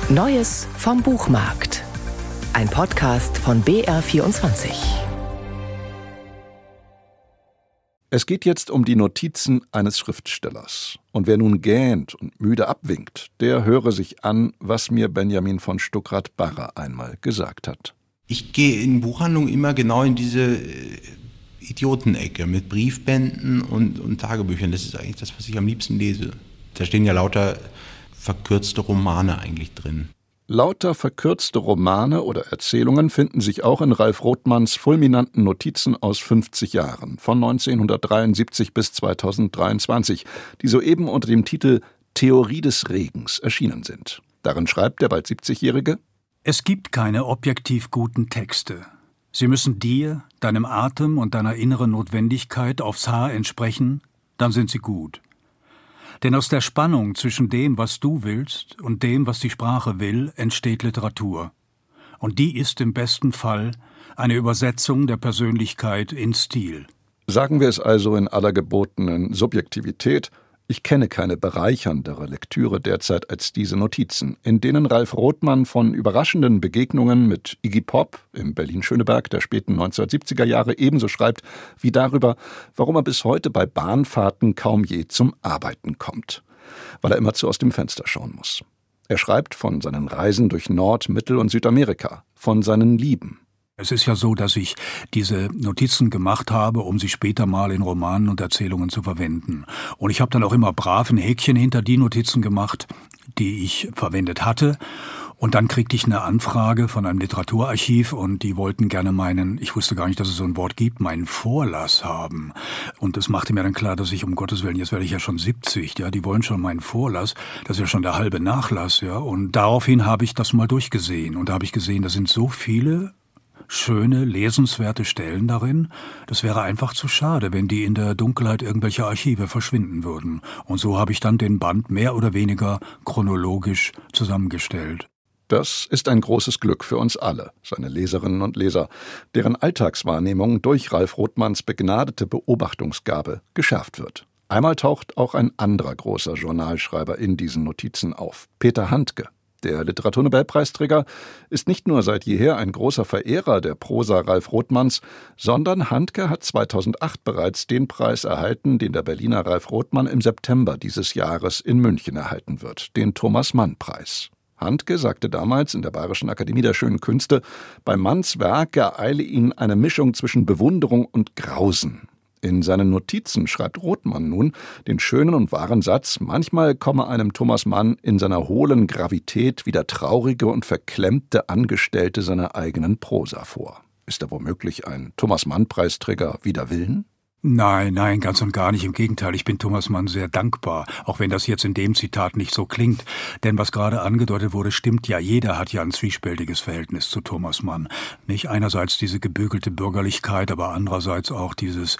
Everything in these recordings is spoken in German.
Neues vom Buchmarkt. Ein Podcast von BR24. Es geht jetzt um die Notizen eines Schriftstellers. Und wer nun gähnt und müde abwinkt, der höre sich an, was mir Benjamin von Stuckrad-Barre einmal gesagt hat. Ich gehe in Buchhandlungen immer genau in diese Idiotenecke mit Briefbänden und Tagebüchern. Das ist eigentlich das, was ich am liebsten lese. Da stehen ja lauter verkürzte Romane eigentlich drin. Lauter verkürzte Romane oder Erzählungen finden sich auch in Ralf Rothmans fulminanten Notizen aus 50 Jahren, von 1973 bis 2023, die soeben unter dem Titel Theorie des Regens erschienen sind. Darin schreibt der bald 70-Jährige: Es gibt keine objektiv guten Texte. Sie müssen dir, deinem Atem und deiner inneren Notwendigkeit aufs Haar entsprechen, dann sind sie gut. Denn aus der Spannung zwischen dem, was du willst, und dem, was die Sprache will, entsteht Literatur. Und die ist im besten Fall eine Übersetzung der Persönlichkeit in Stil. Sagen wir es also in aller gebotenen Subjektivität: Ich kenne keine bereicherndere Lektüre derzeit als diese Notizen, in denen Ralf Rothman von überraschenden Begegnungen mit Iggy Pop im Berlin-Schöneberg der späten 1970er Jahre ebenso schreibt wie darüber, warum er bis heute bei Bahnfahrten kaum je zum Arbeiten kommt, weil er immerzu aus dem Fenster schauen muss. Er schreibt von seinen Reisen durch Nord-, Mittel- und Südamerika, von seinen Lieben. Es ist ja so, dass ich diese Notizen gemacht habe, um sie später mal in Romanen und Erzählungen zu verwenden. Und ich habe dann auch immer brav ein Häkchen hinter die Notizen gemacht, die ich verwendet hatte. Und dann kriegte ich eine Anfrage von einem Literaturarchiv und die wollten gerne ich wusste gar nicht, dass es so ein Wort gibt, meinen Vorlass haben. Und das machte mir dann klar, dass ich, um Gottes Willen, jetzt werde ich ja schon 70, ja, die wollen schon meinen Vorlass, das ist ja schon der halbe Nachlass, ja. Und daraufhin habe ich das mal durchgesehen und da habe ich gesehen, da sind so viele schöne, lesenswerte Stellen darin. Das wäre einfach zu schade, wenn die in der Dunkelheit irgendwelcher Archive verschwinden würden. Und so habe ich dann den Band mehr oder weniger chronologisch zusammengestellt. Das ist ein großes Glück für uns alle, seine Leserinnen und Leser, deren Alltagswahrnehmung durch Ralf Rothmans begnadete Beobachtungsgabe geschärft wird. Einmal taucht auch ein anderer großer Journalschreiber in diesen Notizen auf: Peter Handke. Der Literaturnobelpreisträger ist nicht nur seit jeher ein großer Verehrer der Prosa Ralf Rothmans, sondern Handke hat 2008 bereits den Preis erhalten, den der Berliner Ralf Rothman im September dieses Jahres in München erhalten wird, den Thomas-Mann-Preis. Handke sagte damals in der Bayerischen Akademie der Schönen Künste, bei Manns Werk ereile ihn eine Mischung zwischen Bewunderung und Grausen. In seinen Notizen schreibt Rothman nun den schönen und wahren Satz: Manchmal komme einem Thomas Mann in seiner hohlen Gravität wie der traurige und verklemmte Angestellte seiner eigenen Prosa vor. Ist er womöglich ein Thomas-Mann-Preisträger wider Willen? Nein, ganz und gar nicht. Im Gegenteil, ich bin Thomas Mann sehr dankbar, auch wenn das jetzt in dem Zitat nicht so klingt. Denn was gerade angedeutet wurde, stimmt ja. Jeder hat ja ein zwiespältiges Verhältnis zu Thomas Mann. Nicht einerseits diese gebügelte Bürgerlichkeit, aber andererseits auch dieses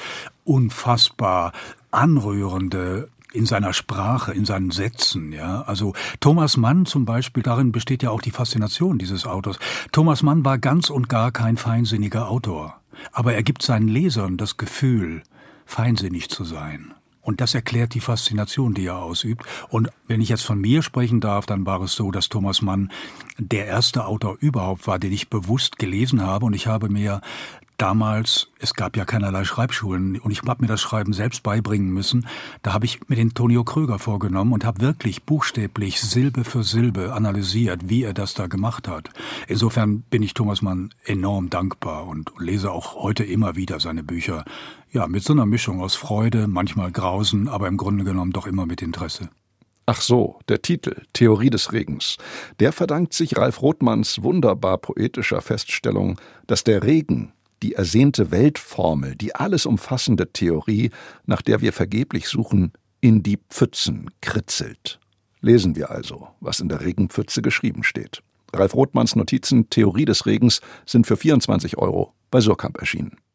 unfassbar anrührende in seiner Sprache, in seinen Sätzen, ja. Also Thomas Mann zum Beispiel, darin besteht ja auch die Faszination dieses Autors. Thomas Mann war ganz und gar kein feinsinniger Autor. Aber er gibt seinen Lesern das Gefühl, feinsinnig zu sein. Und das erklärt die Faszination, die er ausübt. Und wenn ich jetzt von mir sprechen darf, dann war es so, dass Thomas Mann der erste Autor überhaupt war, den ich bewusst gelesen habe. Und ich habe mir damals, es gab ja keinerlei Schreibschulen und ich habe mir das Schreiben selbst beibringen müssen. Da habe ich mir den Tonio Kröger vorgenommen und habe wirklich buchstäblich Silbe für Silbe analysiert, wie er das da gemacht hat. Insofern bin ich Thomas Mann enorm dankbar und lese auch heute immer wieder seine Bücher. Ja, mit so einer Mischung aus Freude, manchmal Grausen, aber im Grunde genommen doch immer mit Interesse. Ach so, der Titel Theorie des Regens, der verdankt sich Ralf Rothmans wunderbar poetischer Feststellung, dass der Regen, die ersehnte Weltformel, die alles umfassende Theorie, nach der wir vergeblich suchen, in die Pfützen kritzelt. Lesen wir also, was in der Regenpfütze geschrieben steht. Ralf Rothmans Notizen Theorie des Regens sind für 24 € bei Surkamp erschienen.